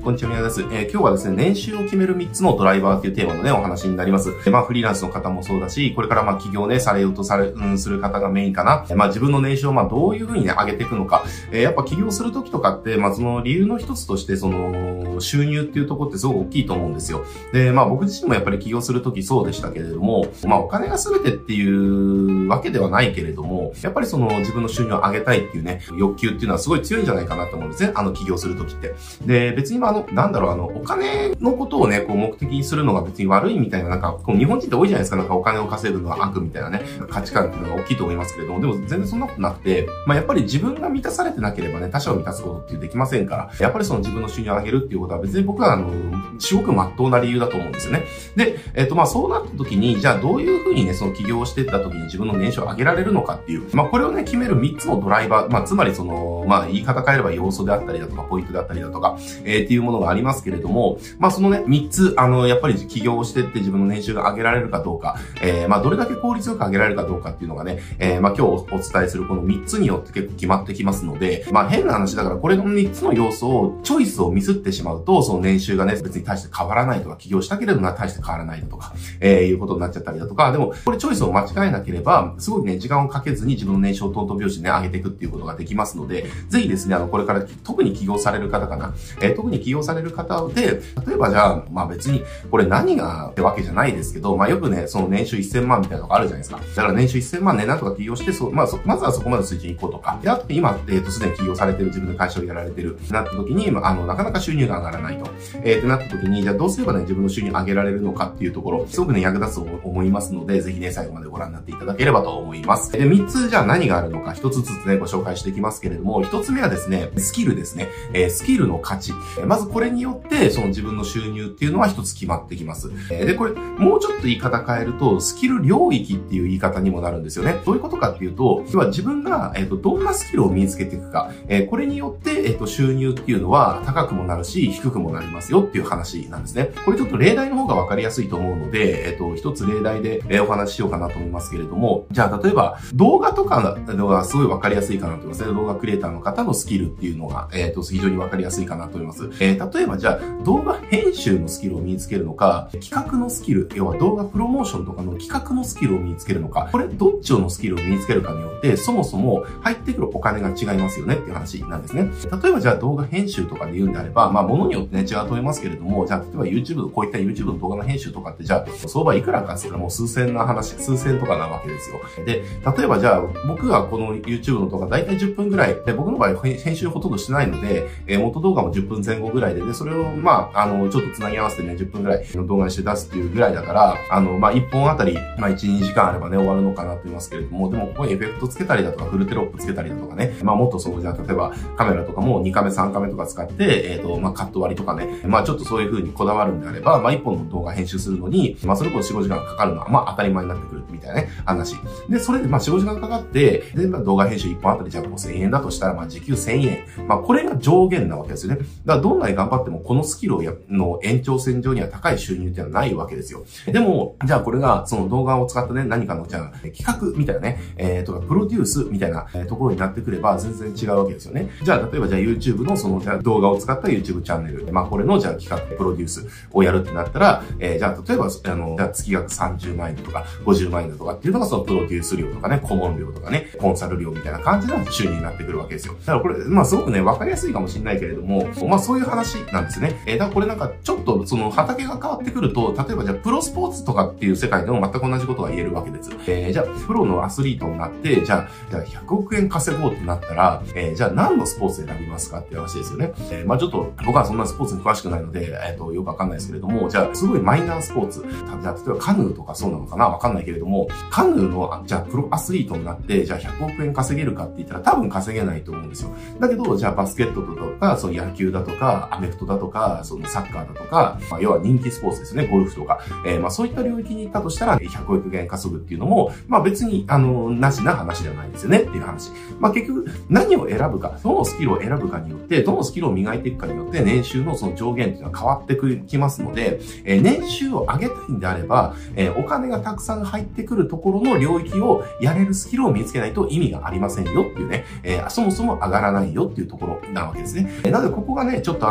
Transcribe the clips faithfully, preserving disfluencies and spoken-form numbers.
こんにちは、宮田です。えー、今日はですね、年収を決めるみっつのドライバーというテーマのね、お話になります。えー、まあ、フリーランスの方もそうだし、これからまあ、起業ね、されようとされ、うん、する方がメインかな。えー、まあ、自分の年収をまあ、どういうふうにね、上げていくのか。えー、やっぱ起業するときとかって、まあ、その理由の一つとして、その、収入っていうところってすごく大きいと思うんですよ。で、まあ、僕自身もやっぱり起業するときそうでしたけれども、まあ、お金が全てっていうわけではないけれども、やっぱりその、自分の収入を上げたいっていうね、欲求っていうのはすごい強いんじゃないかなと思うんですね。あの、起業するときって。で、別にまあ、あの、なんだろう、あの、お金のことをね、こう目的にするのが別に悪いみたいな、なんか、こう日本人って多いじゃないですか、なんかお金を稼ぐのは悪みたいなね、価値観っていうのが大きいと思いますけれども、でも全然そんなことなくて、まあやっぱり自分が満たされてなければね、他者を満たすことってできませんから、やっぱりその自分の収入を上げるっていうことは別に僕はあの、すごく真っ当な理由だと思うんですよね。で、えっとまあそうなった時に、じゃあどういうふうにね、その起業をしていった時に自分の年収を上げられるのかっていう、まあこれをね、決めるみっつのドライバー、まあつまりその、まあ言い方変えれば要素であったりだとか、ポイントであったりだとか、えー、っていうものがありますけれども、まあそのね、みっつ、あの、やっぱり起業をしてって自分の年収が上げられるかどうか、えー、まあどれだけ効率よく上げられるかどうかっていうのがね、えー、まあ今日お伝えするこのみっつによって結構決まってきますので、まあ変な話だからこれのみっつの要素を、チョイスをミスってしまうと、その年収がね、別に大して変わらないとか、起業したけれども大して変わらないだとか、えー、いうことになっちゃったりだとか、でも、これチョイスを間違えなければ、すごいね、時間をかけずに自分の年収をトントン拍子にね、上げていくっていうことができますので、ぜひですね、あの、これから特に起業される方かな、えー、特に起業される方で、例えばじゃあ、まあ別に、これ何がってわけじゃないですけど、まあよくね、その年収せんまんみたいなのがあるじゃないですか。だから年収せんまんね、なんとか起業して、そう、まあそ、まずはそこまで水準に行こうとか。で、あと今、えっ、ー、と、すでに起業されてる自分の会社をやられてる、なった時に、あの、なかなか収入が上がらないと。えー、ってなった時に、じゃあどうすればね、自分の収入を上げられるのかっていうところ、すごくね、役立つと思いますので、ぜひね、最後までご覧になっていただければと思います。で、みっつじゃあ何があるのか、ひとつずつね、ご紹介していきますけれども、ひとつめはですね、スキルですね。えー、スキルの価値。まずこれによって、その自分の収入っていうのはひとつ決まってきます。で、これ、もうちょっと言い方変えると、スキル領域っていう言い方にもなるんですよね。どういうことかっていうと、要は自分が、えっと、どんなスキルを身につけていくか、えー、これによって、えっと、収入っていうのは高くもなるし、低くもなりますよっていう話なんですね。これちょっと例題の方が分かりやすいと思うので、えっと、一つ例題で、えー、お話ししようかなと思いますけれども、じゃあ、例えば、動画とかのがすごい分かりやすいかなと思いますね。動画クリエイターの方のスキルっていうのが、えっと、非常に分かりやすいかなと思います。えー、例えば、じゃあ、動画編集のスキルを身につけるのか、企画のスキル、要は動画プロモーションとかの企画のスキルを身につけるのか、これどっちのスキルを身につけるかによって、そもそも入ってくるお金が違いますよねっていう話なんですね。例えばじゃあ動画編集とかで言うんであれば、まあ物によってね違うと思いますけれども、じゃあ例えば YouTube、こういった YouTube の動画の編集とかってじゃあ相場いくらかって言ったらもう数千な話、数千とかなわけですよ。で、例えばじゃあ僕がこの YouTube の動画だいたいじゅっぷんぐらい、で僕の場合編集ほとんどしてないので、えー、元動画もじゅっぷんぜん後ぐらいで、で、それをまあ、あの、ちょっと繋ぎ合わせてね、じゅっぷんぐらいの動画にして出すっていうぐらいだから、あの、まあいっぽんあたり、まあいち、にじかんあればね、終わるのかなと思いますけれども、でもここにエフェクトつけたりだとか、フルテロップつけたりだとかね、まあもっとそう、じゃあ例えばカメラとかもにカメ、さんカメとか使って、えっと、まあカット割りとかね、まあちょっとそういう風にこだわるんであれば、まあいっぽんの動画編集するのに、まあそれこそよん、ごじかんかかるのは、まあ当たり前になってくるみたいなね、話。で、それでまあよん、ごじかんかかって、で、まあ動画編集いっぽんあたりじゃあごせんえんだとしたら、まあ時給せんえん。まあこれが上限なわけですよね。だからどんなに頑張ってもこのスキルをやの延長線上には高い収入っていうのはないわけですよ。でも、じゃあこれがその動画を使ったね、何かの、じゃあ企画みたいなね、えー、とかプロデュースみたいなところになってくれば全然違うわけですよね。じゃあ例えばじゃあ YouTube のそのじゃあ動画を使った YouTube チャンネル、まあこれのじゃあ企画プロデュースをやるってなったら、えー、じゃあ例えばあの、じゃあ月額さんじゅうまんえんとかごじゅうまんえんだとかっていうのがそのプロデュース料とかね、顧問料とかね、コンサル料みたいな感じの収入になってくるわけですよ。だからこれ、まあすごくね、わかりやすいかもしれないけれども、まあそういう話なんですね。えー、だからこれなんかちょっとその畑が変わってくると、例えばじゃあプロスポーツとかっていう世界でも全く同じことが言えるわけです。えー、じゃあプロのアスリートになって、じゃあ、じゃあひゃくおくえん稼ごうってなったら、えー、じゃあ何のスポーツ選びますかっていう話ですよね。えー、まあちょっと僕はそんなスポーツに詳しくないので、えっと、よくわかんないですけれども、じゃあすごいマイナースポーツ、じゃあ例えばカヌーとかそうなのかなわかんないけれども、カヌーの、じゃあプロアスリートになって、じゃあひゃくおくえん稼げるかって言ったら多分稼げないと思うんですよ。だけど、じゃあバスケットとか、その野球だとか、アメフトだとか、そのサッカーだとか、まあ、要は人気スポーツですね、ゴルフとか。えー、まあそういった領域に行ったとしたら、ひゃくおくえん稼ぐっていうのも、まあ別に、あの、なしな話ではないですよねっていう話。まあ結局、何を選ぶか、どのスキルを選ぶかによって、どのスキルを磨いていくかによって、年収のその上限っていうのは変わってきますので、えー、年収を上げたいんであれば、えー、お金がたくさん入ってくるところの領域をやれるスキルを身につけないと意味がありませんよっていうね、えー、そもそも上がらないよっていうところなわけですね。えー、なのでここがね、ちょっとあ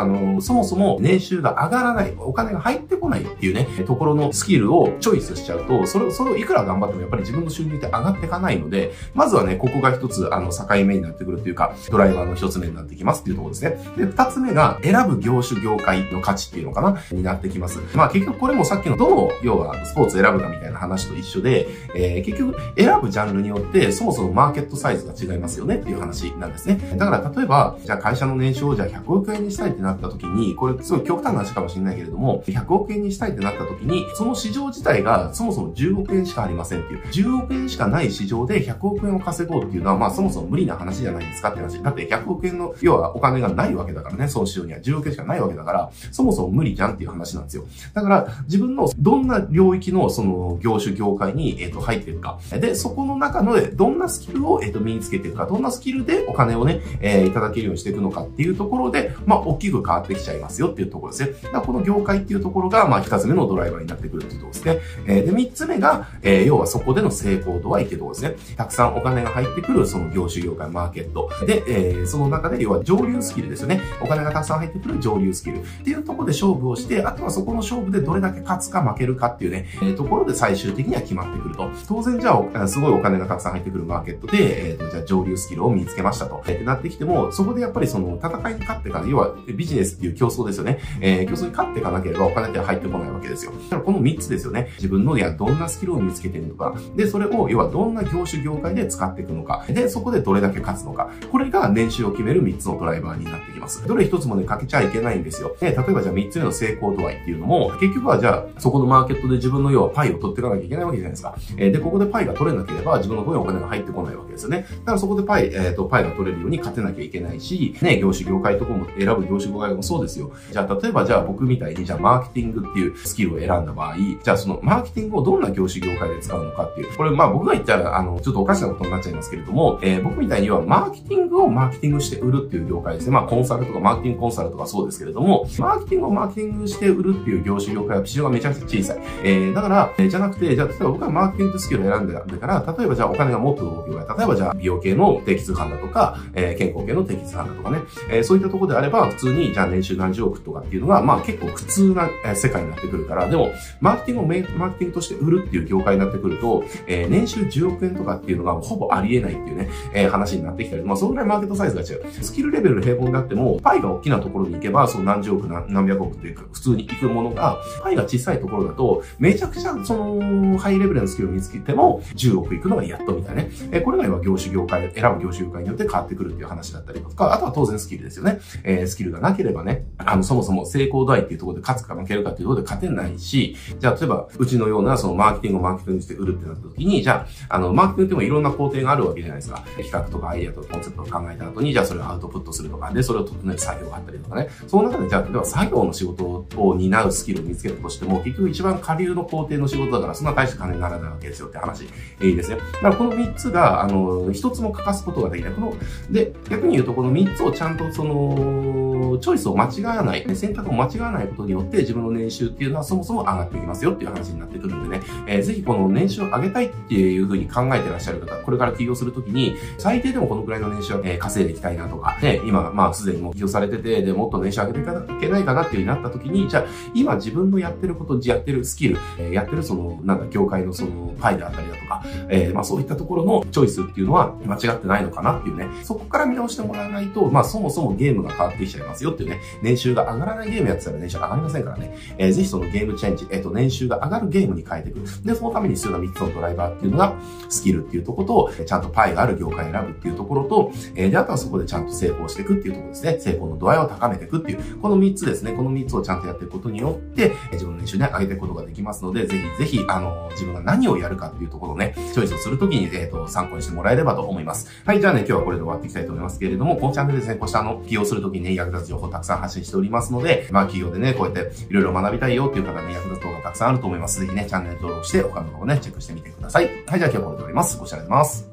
あの、そもそも年収が上がらない、お金が入ってこないっていうね、ところのスキルをチョイスしちゃうと、それを、それをいくら頑張ってもやっぱり自分の収入って上がっていかないので、まずはね、ここが一つ、あの、境目になってくるというか、ドライバーの一つ目になってきますっていうところですね。で、二つ目が、選ぶ業種業界の価値っていうのかなになってきます。まあ結局これもさっきのどの、要はスポーツ選ぶかみたいな話と一緒で、えー、結局選ぶジャンルによってそもそもマーケットサイズが違いますよねっていう話なんですね。だから例えば、じゃあ会社の年収をじゃあひゃくおくえんにしたいってなった時に、これすごい極端な話かもしれないけれども、ひゃくおくえんにしたいってなった時に、その市場自体がそもそもじゅうおくえんしかありませんっていう、じゅうおくえんしかない市場でひゃくおくえんを稼ごうっていうのは、まあそもそも無理な話じゃないですかって話。だってひゃくおくえんの、要はお金がないわけだからね、その市場にはじゅうおくえんしかないわけだから、そもそも無理じゃんっていう話なんですよ。だから自分のどんな領域のその業種業界に、えっと入っていくか。で、そこの中のどんなスキルを、えっと身につけていくか、どんなスキルでお金をね、えー、いただけるようにしていくのかっていうところで、まあ大きく変わってきちゃいますよっていうところですね。だからこの業界っていうところが、まあ二つ目のドライバーになってくるっていうところですね。えー、で、三つ目が、えー、要はそこでの成功度合いっていうところですね。たくさんお金が入ってくるその業種業界、マーケット。で、えー、その中で要は上流スキルですよね。お金がたくさん入ってくる上流スキルっていうところで勝負をして、あとはそこの勝負でどれだけ勝つか負けるかっていうね、えー、ところで最終的には決まってくると。当然じゃあ、すごいお金がたくさん入ってくるマーケットで、えー、とじゃあ上流スキルを身につけましたと。えー、ってなってきても、そこでやっぱりその戦いに勝ってから、要はビジネスっていう競争ですよね。えー、競争に勝っていかなければお金って入ってこないわけですよ。だからこのみっつですよね。自分のいやどんなスキルを身につけているのか。で、それを要はどんな業種業界で使っていくのか。で、そこでどれだけ勝つのか。これが年収を決めるみっつのドライバーになってきます。どれ一つもね、かけちゃいけないんですよ。で、例えばじゃあみっつめの成功度合いっていうのも、結局はじゃあ、そこのマーケットで自分の要はパイを取っていかなきゃいけないわけじゃないですか。えー、で、ここでパイが取れなければ自分の分にお金が入ってこないわけですよね。だからそこでパイ、えっと、パイが取れるように勝てなきゃいけないし、ね、業種業界とかも選ぶ業種業界もそうですよ。じゃあ、例えばじゃあ僕みたいに、じゃあマーケティングっていうスキルを選んだ場合、じゃあそのマーケティングをどんな業種業界で使うのかっていう、これまあ僕が言ったら、あの、ちょっとおかしなことになっちゃいますけれども、えー、僕みたいにはマーケティングをマーケティングして売るっていう業界ですね。まあコンサルとかマーケティングコンサルとかそうですけれども、マーケティングをマーケティングして売るっていう業種業界は市場がめちゃくちゃ小さい。えー、だから、えー、じゃなくて、じゃあ例えば僕はマーケティングスキルを選んでたんだから、例えばじゃあお金がもっと動く業界、例えばじゃあ美容系の定期通販だとか、えー、健康系の定期通販だとかね、えー、そういったところであれば普通にじゃあ年収何十億とかっていうのが、まあ結構普通な世界になってくるから、でも、マーケティングをメマーケティングとして売るっていう業界になってくると、えー、年収じゅうおくえんとかっていうのがほぼありえないっていうね、えー、話になってきたり、まあそのぐらいマーケットサイズが違う。スキルレベル平凡であっても、パイが大きなところに行けば、その何十億何、何百億っていうか、普通に行くものが、パイが小さいところだと、めちゃくちゃその、ハイレベルのスキルを見つけても、じゅうおく行くのがやっとみたいなね。えー、これが今業種業界、選ぶ業種業界によって変わってくるっていう話だったりとか、あとは当然スキルですよね。えー、スキルがなければね、あの、そもそも成功度合いっていうところで勝つか負けるかっていうところで勝てないし、じゃあ例えば、うちのようなそのマーケティングをマーケティングして売るってなった時に、じゃあ、あの、マーケティングってもいろんな工程があるわけじゃないですか。企画とかアイデアとかコンセプトを考えた後に、じゃあそれをアウトプットするとか、で、それを整える作業があったりとかね。その中でじゃあ、例えば作業の仕事を担うスキルを見つけたとしても、結局一番下流の工程の仕事だから、そんな大した金にならないわけですよって話、えー、ですね。だからこのみっつが、あの、一つも欠かすことができない。この、で、逆に言うとこのみっつをちゃんとその、チョイスを間違わない、選択を間違わないことによって自分の年収っていうのはそもそも上がっていきますよっていう話になってくるんでね、えー、ぜひこの年収を上げたいっていうふうに考えてらっしゃる方、これから起業するときに、最低でもこのくらいの年収は、えー、稼いでいきたいなとか、ね、今、まあすでにもう起業されてて、で、もっと年収上げていかなきゃいけないかなっていう風になったときに、じゃあ、今自分のやってること、やってるスキル、えー、やってるその、なんだ、業界のその、パイであったりだとか、えー、まあそういったところのチョイスっていうのは間違ってないのかなっていうね、そこから見直してもらわないと、まあそもそもゲームが変わってきちゃいますよっていうね、年収が上がらないゲームやってたら年収上がりませんからね、えー、ぜひそのゲームチェンジ、えっと、年収が上がるゲームに変えていく。で、そのために必要なみっつのドライバーっていうのが、スキルっていうところと、ちゃんとパイがある業界を選ぶっていうところと、えー、で、あとはそこでちゃんと成功していくっていうところですね。成功の度合いを高めていくっていう、このみっつですね。このみっつをちゃんとやっていくことによって、自分の年収ね、上げていくことができますので、ぜひぜひ、あの、自分が何をやるかっていうところをね、チョイスをするときに、えっと、参考にしてもらえればと思います。はい、じゃあね、今日はこれで終わっていきたいと思いますけれども、このチャンネルですね、こうしたあの、起業するときにね、役立つ情報をたくさん発信しておりますので、まあ、企業でね、こうやっていろいろ学びたいよっていう方ね、役立つ動画たくさんあると思います。ぜひね、チャンネル登録して、他の動画をね、チェックしてみてください。はい、じゃあ今日はこれで終わります。ご視聴ありがとうございます。